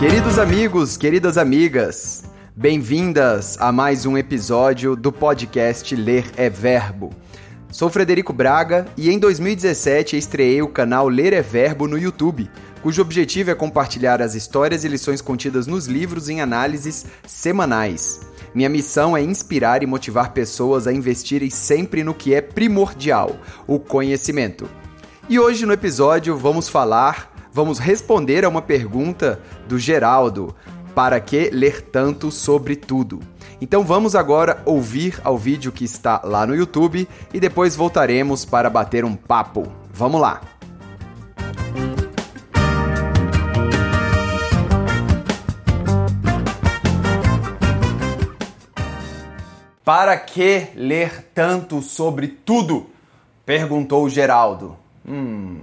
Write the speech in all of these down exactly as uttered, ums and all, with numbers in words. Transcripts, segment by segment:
Queridos amigos, queridas amigas, bem-vindas a mais um episódio do podcast Ler é Verbo. Sou Frederico Braga e em dois mil e dezessete estreei o canal Ler é Verbo no YouTube, cujo objetivo é compartilhar as histórias e lições contidas nos livros em análises semanais. Minha missão é inspirar e motivar pessoas a investirem sempre no que é primordial, o conhecimento. E hoje no episódio vamos falar, vamos responder a uma pergunta do Geraldo: para que ler tanto sobre tudo? Então vamos agora ouvir ao vídeo que está lá no YouTube e depois voltaremos para bater um papo. Vamos lá! Para que ler tanto sobre tudo? Perguntou o Geraldo. Hum...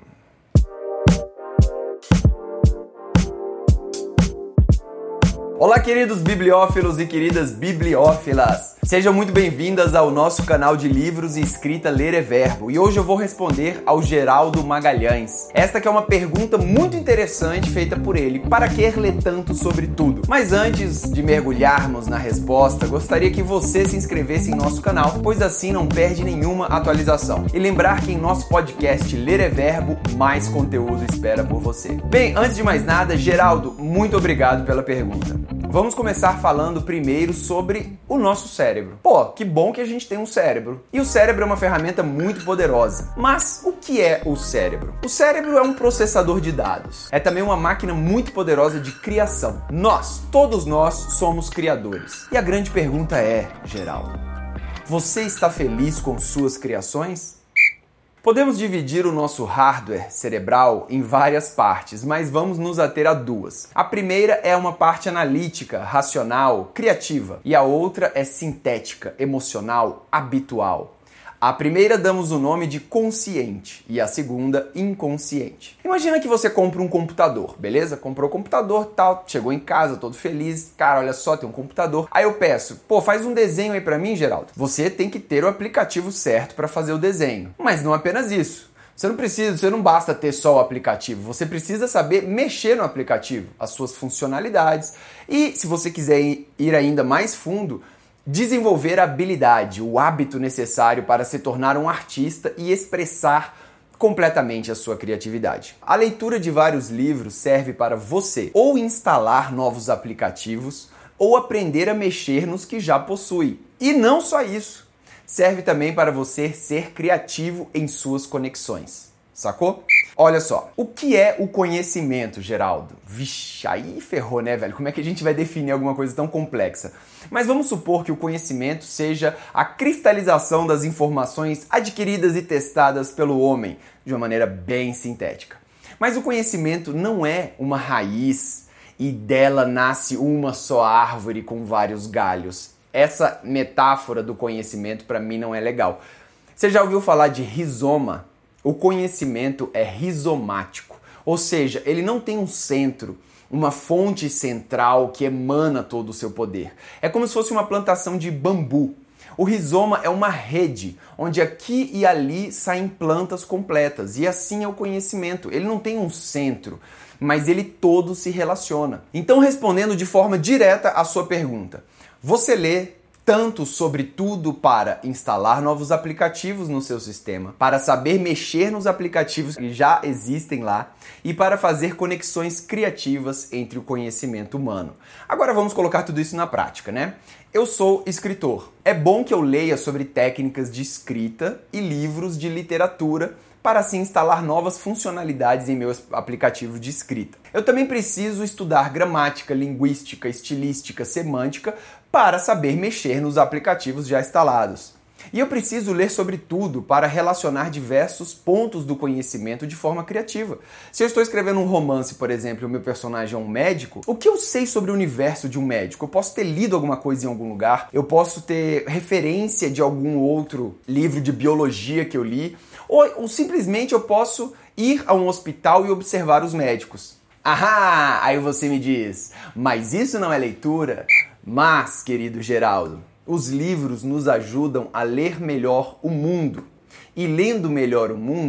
Olá, queridos bibliófilos e queridas bibliófilas! Sejam muito bem-vindas ao nosso canal de livros e escrita Ler é Verbo. E hoje eu vou responder ao Geraldo Magalhães. Esta que é uma pergunta muito interessante feita por ele. Para que ler tanto sobre tudo? Mas antes de mergulharmos na resposta, gostaria que você se inscrevesse em nosso canal, pois assim não perde nenhuma atualização. E lembrar que em nosso podcast Ler é Verbo, mais conteúdo espera por você. Bem, antes de mais nada, Geraldo, muito obrigado pela pergunta. Vamos começar falando primeiro sobre o nosso cérebro. Pô, que bom que a gente tem um cérebro. E o cérebro é uma ferramenta muito poderosa. Mas o que é o cérebro? O cérebro é um processador de dados. É também uma máquina muito poderosa de criação. Nós, todos nós, somos criadores. E a grande pergunta é, Geraldo, você está feliz com suas criações? Podemos dividir o nosso hardware cerebral em várias partes, mas vamos nos ater a duas. A primeira é uma parte analítica, racional, criativa, e a outra é sintética, emocional, habitual. A primeira damos o nome de consciente e a segunda inconsciente. Imagina que você compra um computador, beleza? Comprou o computador, tal, chegou em casa todo feliz, cara, olha só, tem um computador. Aí eu peço, pô, faz um desenho aí pra mim, Geraldo. Você tem que ter o aplicativo certo para fazer o desenho. Mas não apenas isso. Você não precisa, você não basta ter só o aplicativo, você precisa saber mexer no aplicativo, as suas funcionalidades. E se você quiser ir ainda mais fundo, desenvolver a habilidade, o hábito necessário para se tornar um artista e expressar completamente a sua criatividade. A leitura de vários livros serve para você ou instalar novos aplicativos ou aprender a mexer nos que já possui. E não só isso, serve também para você ser criativo em suas conexões. Sacou? Olha só, o que é o conhecimento, Geraldo? Vixe, aí ferrou, né, velho? Como é que a gente vai definir alguma coisa tão complexa? Mas vamos supor que o conhecimento seja a cristalização das informações adquiridas e testadas pelo homem, de uma maneira bem sintética. Mas o conhecimento não é uma raiz e dela nasce uma só árvore com vários galhos. Essa metáfora do conhecimento para mim não é legal. Você já ouviu falar de rizoma? O conhecimento é rizomático, ou seja, ele não tem um centro, uma fonte central que emana todo o seu poder. É como se fosse uma plantação de bambu. O rizoma é uma rede, onde aqui e ali saem plantas completas, e assim é o conhecimento. Ele não tem um centro, mas ele todo se relaciona. Então, respondendo de forma direta à sua pergunta, você lê tanto sobre tudo para instalar novos aplicativos no seu sistema, para saber mexer nos aplicativos que já existem lá e para fazer conexões criativas entre o conhecimento humano. Agora vamos colocar tudo isso na prática, né? Eu sou escritor. É bom que eu leia sobre técnicas de escrita e livros de literatura para assim instalar novas funcionalidades em meu aplicativo de escrita. Eu também preciso estudar gramática, linguística, estilística, semântica para saber mexer nos aplicativos já instalados. E eu preciso ler sobre tudo para relacionar diversos pontos do conhecimento de forma criativa. Se eu estou escrevendo um romance, por exemplo, e o meu personagem é um médico, o que eu sei sobre o universo de um médico? Eu posso ter lido alguma coisa em algum lugar, eu posso ter referência de algum outro livro de biologia que eu li, ou, ou simplesmente eu posso ir a um hospital e observar os médicos. Ahá! Aí você me diz, mas isso não é leitura? Mas, querido Geraldo, os livros nos ajudam a ler melhor o mundo. E lendo melhor o mundo,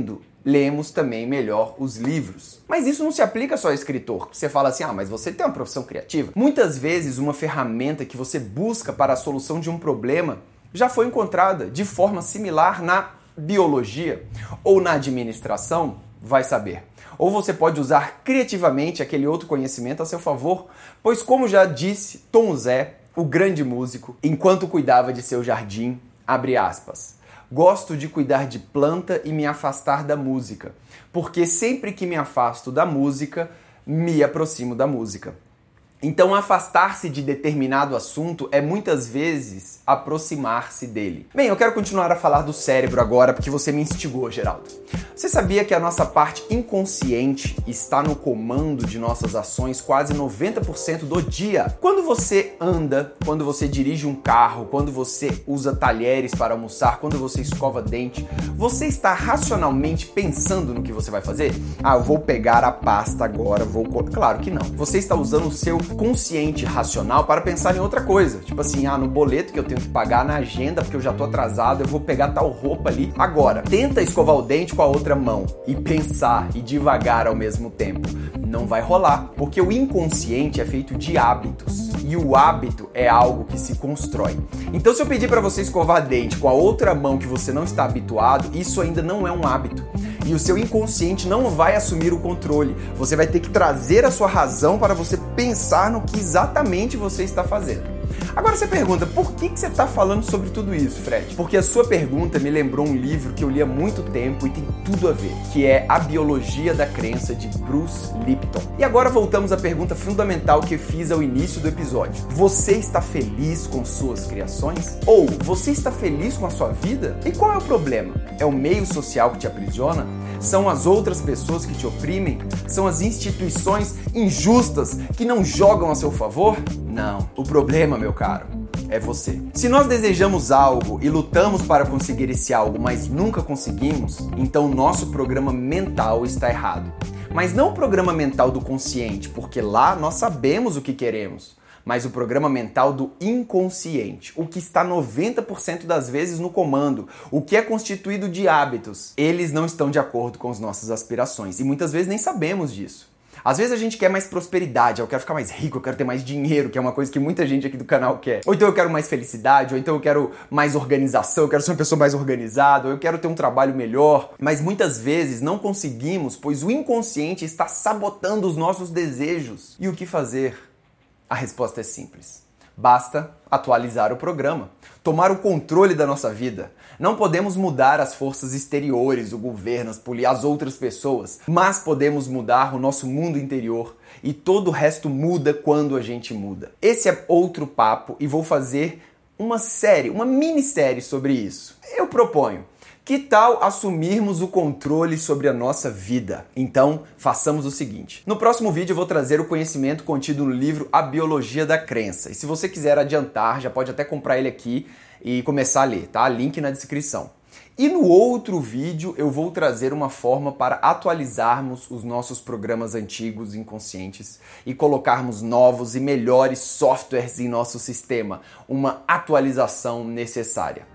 lemos também melhor os livros. Mas isso não se aplica só ao escritor. Você fala assim, ah, mas você tem uma profissão criativa. Muitas vezes uma ferramenta que você busca para a solução de um problema já foi encontrada de forma similar na biologia ou na administração, vai saber. Ou você pode usar criativamente aquele outro conhecimento a seu favor, pois como já disse Tom Zé, o grande músico, enquanto cuidava de seu jardim, abre aspas, gosto de cuidar de planta e me afastar da música, porque sempre que me afasto da música, me aproximo da música. Então, afastar-se de determinado assunto é muitas vezes aproximar-se dele. Bem, eu quero continuar a falar do cérebro agora porque você me instigou, Geraldo. Você sabia que a nossa parte inconsciente está no comando de nossas ações quase noventa por cento do dia? Quando você anda, quando você dirige um carro, quando você usa talheres para almoçar, quando você escova dente, você está racionalmente pensando no que você vai fazer? Ah, eu vou pegar a pasta agora, vou... Claro que não. Você está usando o seu consciente racional para pensar em outra coisa. Tipo assim, ah, no boleto que eu tenho que pagar, na agenda, porque eu já tô atrasado, eu vou pegar tal roupa ali. Agora, tenta escovar o dente com a outra mão e pensar e devagar ao mesmo tempo. Não vai rolar, porque o inconsciente é feito de hábitos e o hábito é algo que se constrói. Então, se eu pedir para você escovar dente com a outra mão que você não está habituado, isso ainda não é um hábito. E o seu inconsciente não vai assumir o controle. Você vai ter que trazer a sua razão para você pensar no que exatamente você está fazendo. Agora você pergunta, por que que você está falando sobre tudo isso, Fred? Porque a sua pergunta me lembrou um livro que eu li há muito tempo e tem tudo a ver, que é A Biologia da Crença, de Bruce Lipton. E agora voltamos à pergunta fundamental que fiz ao início do episódio. Você está feliz com suas criações? Ou você está feliz com a sua vida? E qual é o problema? É o meio social que te aprisiona? São as outras pessoas que te oprimem? São as instituições injustas que não jogam a seu favor? Não. O problema, meu caro, é você. Se nós desejamos algo e lutamos para conseguir esse algo, mas nunca conseguimos, então nosso programa mental está errado. Mas não o programa mental do consciente, porque lá nós sabemos o que queremos. Mas o programa mental do inconsciente, o que está noventa por cento das vezes no comando, o que é constituído de hábitos. Eles não estão de acordo com as nossas aspirações e muitas vezes nem sabemos disso. Às vezes a gente quer mais prosperidade, eu quero ficar mais rico, eu quero ter mais dinheiro, que é uma coisa que muita gente aqui do canal quer. Ou então eu quero mais felicidade, ou então eu quero mais organização, eu quero ser uma pessoa mais organizada, ou eu quero ter um trabalho melhor. Mas muitas vezes não conseguimos, pois o inconsciente está sabotando os nossos desejos. E o que fazer? A resposta é simples. Basta atualizar o programa, tomar o controle da nossa vida. Não podemos mudar as forças exteriores, o governo, as, poli- as outras pessoas, mas podemos mudar o nosso mundo interior e todo o resto muda quando a gente muda. Esse é outro papo e vou fazer uma série, uma minissérie sobre isso. Eu proponho. Que tal assumirmos o controle sobre a nossa vida? Então, façamos o seguinte. No próximo vídeo eu vou trazer o conhecimento contido no livro A Biologia da Crença. E se você quiser adiantar, já pode até comprar ele aqui e começar a ler, tá? Link na descrição. E no outro vídeo eu vou trazer uma forma para atualizarmos os nossos programas antigos inconscientes e colocarmos novos e melhores softwares em nosso sistema. Uma atualização necessária.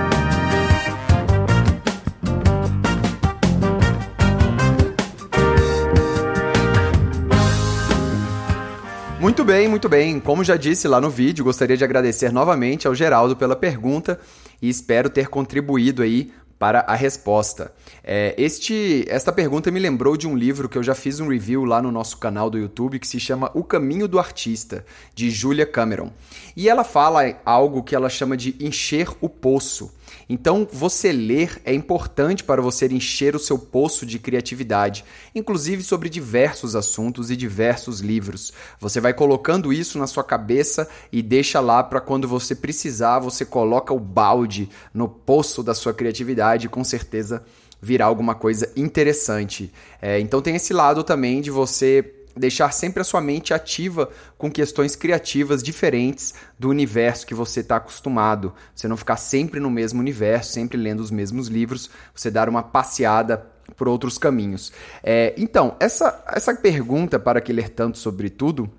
Muito bem, muito bem. Como já disse lá no vídeo, gostaria de agradecer novamente ao Geraldo pela pergunta e espero ter contribuído aí para a resposta. É, este, esta pergunta me lembrou de um livro que eu já fiz um review lá no nosso canal do YouTube que se chama O Caminho do Artista, de Julia Cameron. E ela fala algo que ela chama de encher o poço. Então, você ler é importante para você encher o seu poço de criatividade, inclusive sobre diversos assuntos e diversos livros. Você vai colocando isso na sua cabeça e deixa lá para quando você precisar, você coloca o balde no poço da sua criatividade e com certeza virá alguma coisa interessante. É, então tem esse lado também de você deixar sempre a sua mente ativa com questões criativas diferentes do universo que você está acostumado. Você não ficar sempre no mesmo universo, sempre lendo os mesmos livros, você dar uma passeada por outros caminhos. É, então, essa, essa pergunta, para que ler tanto sobre tudo,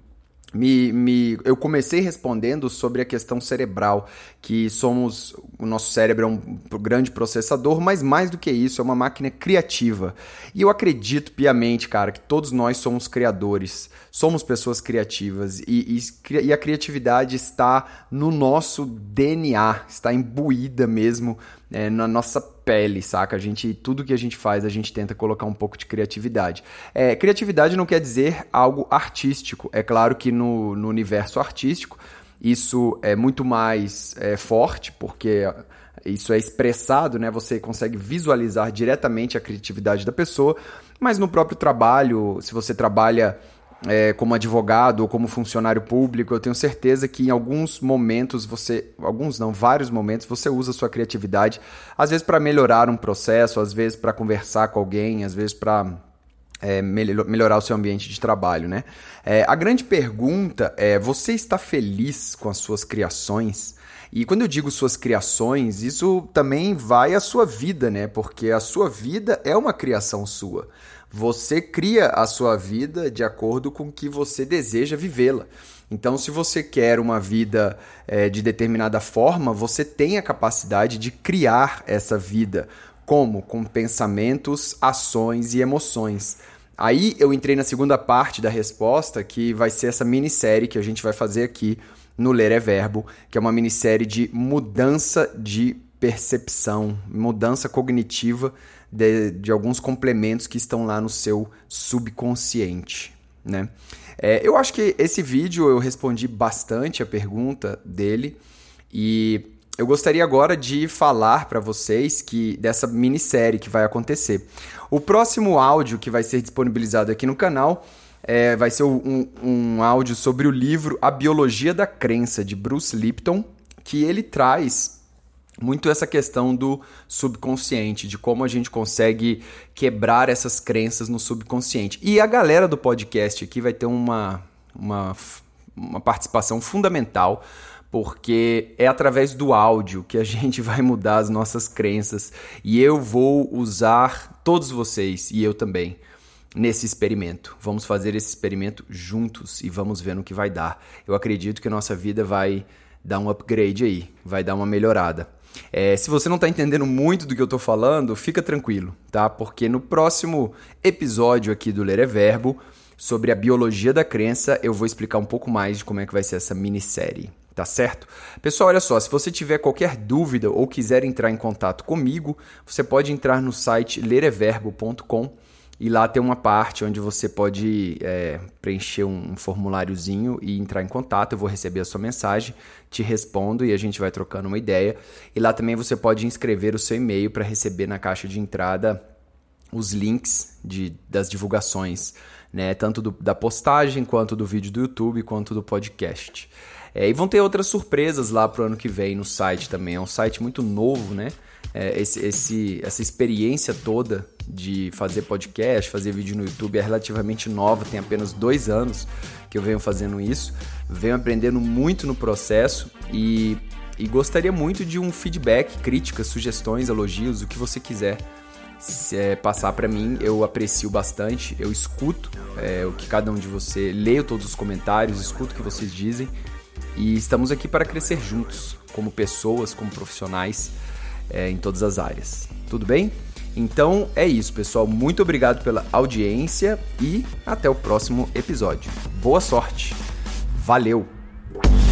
Me, me, eu comecei respondendo sobre a questão cerebral, que somos, o nosso cérebro é um grande processador, mas mais do que isso, é uma máquina criativa. E eu acredito piamente, cara, que todos nós somos criadores, somos pessoas criativas, e, e, e a criatividade está no nosso D N A, está imbuída mesmo é, na nossa pele, saca? A gente, tudo que a gente faz, a gente tenta colocar um pouco de criatividade. É, criatividade não quer dizer algo artístico. É claro que no, no universo artístico isso é muito mais é, forte, porque isso é expressado, né? Você consegue visualizar diretamente a criatividade da pessoa, mas no próprio trabalho, se você trabalha É, como advogado ou como funcionário público, eu tenho certeza que em alguns momentos você, alguns não, vários momentos você usa a sua criatividade, às vezes para melhorar um processo, às vezes para conversar com alguém, às vezes para é, melhor, melhorar o seu ambiente de trabalho, né? É, a grande pergunta é, você está feliz com as suas criações? E quando eu digo suas criações, isso também vai à sua vida, né? Porque a sua vida é uma criação sua. Você cria a sua vida de acordo com o que você deseja vivê-la. Então, se você quer uma vida é, de determinada forma, você tem a capacidade de criar essa vida. Como? Com pensamentos, ações e emoções. Aí eu entrei na segunda parte da resposta, que vai ser essa minissérie que a gente vai fazer aqui no Ler é Verbo, que é uma minissérie de mudança de percepção, mudança cognitiva de, de alguns complementos que estão lá no seu subconsciente, né? É, eu acho que esse vídeo eu respondi bastante a pergunta dele e eu gostaria agora de falar para vocês que dessa minissérie que vai acontecer. O próximo áudio que vai ser disponibilizado aqui no canal é, vai ser um, um áudio sobre o livro A Biologia da Crença, de Bruce Lipton, que ele traz muito essa questão do subconsciente, de como a gente consegue quebrar essas crenças no subconsciente. E a galera do podcast aqui vai ter uma, uma, uma participação fundamental, porque é através do áudio que a gente vai mudar as nossas crenças. E eu vou usar todos vocês, e eu também, nesse experimento. Vamos fazer esse experimento juntos e vamos ver no que vai dar. Eu acredito que a nossa vida vai dar um upgrade aí, vai dar uma melhorada. É, se você não está entendendo muito do que eu estou falando, fica tranquilo, tá? Porque no próximo episódio aqui do Ler é Verbo, sobre a biologia da crença, eu vou explicar um pouco mais de como é que vai ser essa minissérie, tá certo? Pessoal, olha só, se você tiver qualquer dúvida ou quiser entrar em contato comigo, você pode entrar no site ler é verbo ponto com e lá tem uma parte onde você pode é, preencher um formuláriozinho e entrar em contato. Eu vou receber a sua mensagem, te respondo e a gente vai trocando uma ideia. E lá também você pode inscrever o seu e-mail para receber na caixa de entrada os links de, das divulgações, né? Tanto do, da postagem, quanto do vídeo do YouTube, quanto do podcast. É, e vão ter outras surpresas lá para o ano que vem no site também. É um site muito novo, né? É, esse, esse, essa experiência toda de fazer podcast, fazer vídeo no YouTube é relativamente nova, tem apenas dois anos que eu venho fazendo isso, venho aprendendo muito no processo e, e gostaria muito de um feedback, críticas, sugestões, elogios, o que você quiser se, é, passar para mim. Eu aprecio bastante, eu escuto é, o que cada um de vocês, leio todos os comentários, escuto o que vocês dizem e estamos aqui para crescer juntos, como pessoas, como profissionais, é, em todas as áreas. Tudo bem? Então é isso, pessoal. Muito obrigado pela audiência e até o próximo episódio. Boa sorte. Valeu!